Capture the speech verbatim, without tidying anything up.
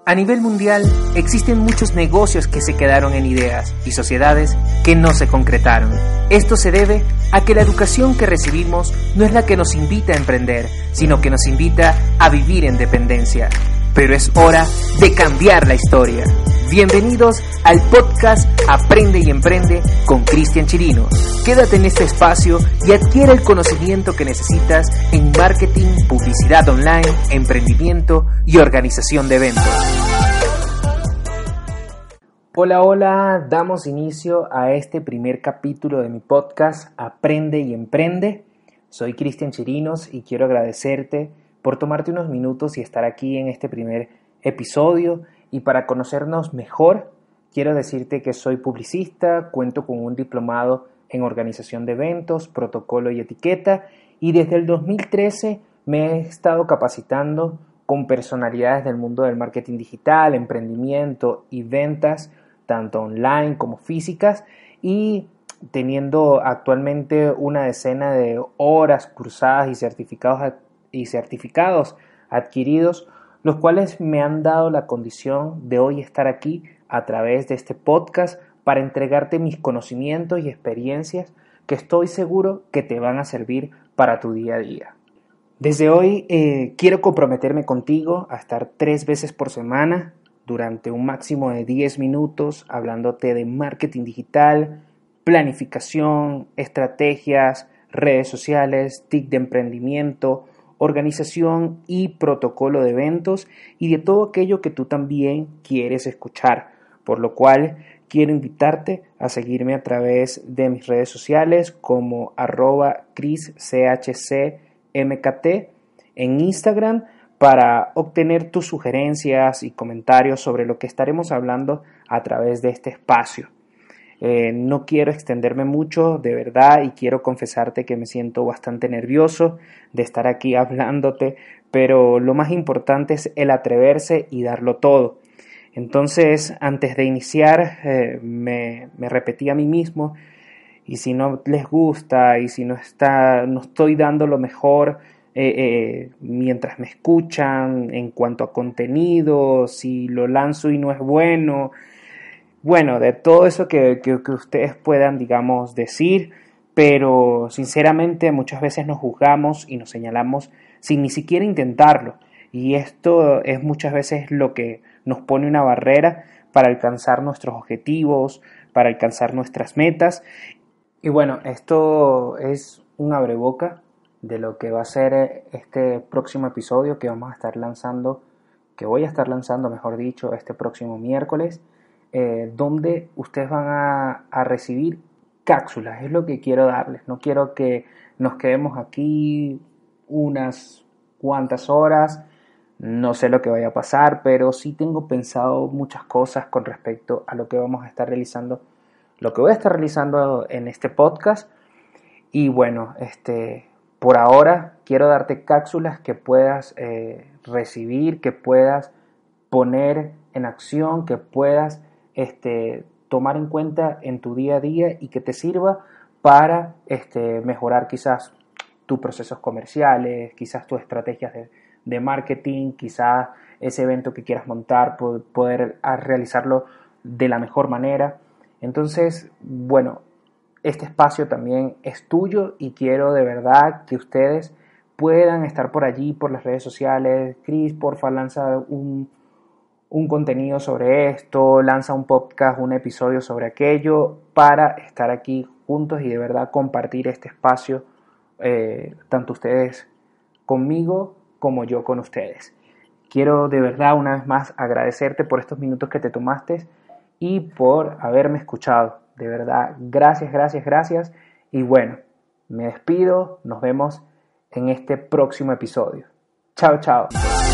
A nivel mundial, existen muchos negocios que se quedaron en ideas y sociedades que no se concretaron. Esto se debe a que la educación que recibimos no es la que nos invita a emprender, sino que nos invita a vivir en dependencia. Pero es hora de cambiar la historia. Bienvenidos al podcast Aprende y Emprende con Cristian Chirinos. Quédate en este espacio y adquiere el conocimiento que necesitas en marketing, publicidad online, emprendimiento y organización de eventos. Hola, hola, damos inicio a este primer capítulo de mi podcast Aprende y Emprende. Soy Cristian Chirinos y quiero agradecerte por tomarte unos minutos y estar aquí en este primer episodio. Y para conocernos mejor, quiero decirte que soy publicista, cuento con un diplomado en organización de eventos, protocolo y etiqueta, y desde el dos mil trece me he estado capacitando con personalidades del mundo del marketing digital, emprendimiento y ventas, tanto online como físicas, y teniendo actualmente una decena de horas cursadas y certificados, y certificados adquiridos, los cuales me han dado la condición de hoy estar aquí a través de este podcast para entregarte mis conocimientos y experiencias que estoy seguro que te van a servir para tu día a día. Desde hoy eh, quiero comprometerme contigo a estar tres veces por semana durante un máximo de diez minutos hablándote de marketing digital, planificación, estrategias, redes sociales, tips de emprendimiento, organización y protocolo de eventos y de todo aquello que tú también quieres escuchar, por lo cual quiero invitarte a seguirme a través de mis redes sociales como arroba chrischcmkt en Instagram para obtener tus sugerencias y comentarios sobre lo que estaremos hablando a través de este espacio. Eh, no quiero extenderme mucho, de verdad, y quiero confesarte que me siento bastante nervioso de estar aquí hablándote, pero lo más importante es el atreverse y darlo todo. Entonces, antes de iniciar, eh, me, me repetí a mí mismo, y si no les gusta, y si no, está, no estoy dando lo mejor eh, eh, mientras me escuchan en cuanto a contenido, si lo lanzo y no es bueno, bueno, de todo eso que, que, que ustedes puedan, digamos, decir, pero sinceramente muchas veces nos juzgamos y nos señalamos sin ni siquiera intentarlo. Y esto es muchas veces lo que nos pone una barrera para alcanzar nuestros objetivos, para alcanzar nuestras metas. Y bueno, esto es un abreboca de lo que va a ser este próximo episodio que vamos a estar lanzando, que voy a estar lanzando, mejor dicho, este próximo miércoles. Eh, donde ustedes van a, a recibir cápsulas, es lo que quiero darles. No quiero que nos quedemos aquí unas cuantas horas, no sé lo que vaya a pasar, pero sí tengo pensado muchas cosas con respecto a lo que vamos a estar realizando, lo que voy a estar realizando en este podcast. Y bueno, este, por ahora quiero darte cápsulas que puedas eh, recibir, que puedas poner en acción, que puedas Este, tomar en cuenta en tu día a día y que te sirva para este, mejorar quizás tus procesos comerciales, quizás tus estrategias de, de marketing, quizás ese evento que quieras montar, poder realizarlo de la mejor manera. Entonces, bueno, este espacio también es tuyo y quiero de verdad que ustedes puedan estar por allí, por las redes sociales. Cris, porfa, lanza un un contenido sobre esto, lanza un podcast, un episodio sobre aquello, para estar aquí juntos y de verdad compartir este espacio, eh, tanto ustedes conmigo como yo con ustedes. Quiero de verdad una vez más agradecerte por estos minutos que te tomaste y por haberme escuchado. De verdad, gracias, gracias, gracias. Y bueno, me despido, nos vemos en este próximo episodio. Chao, chao.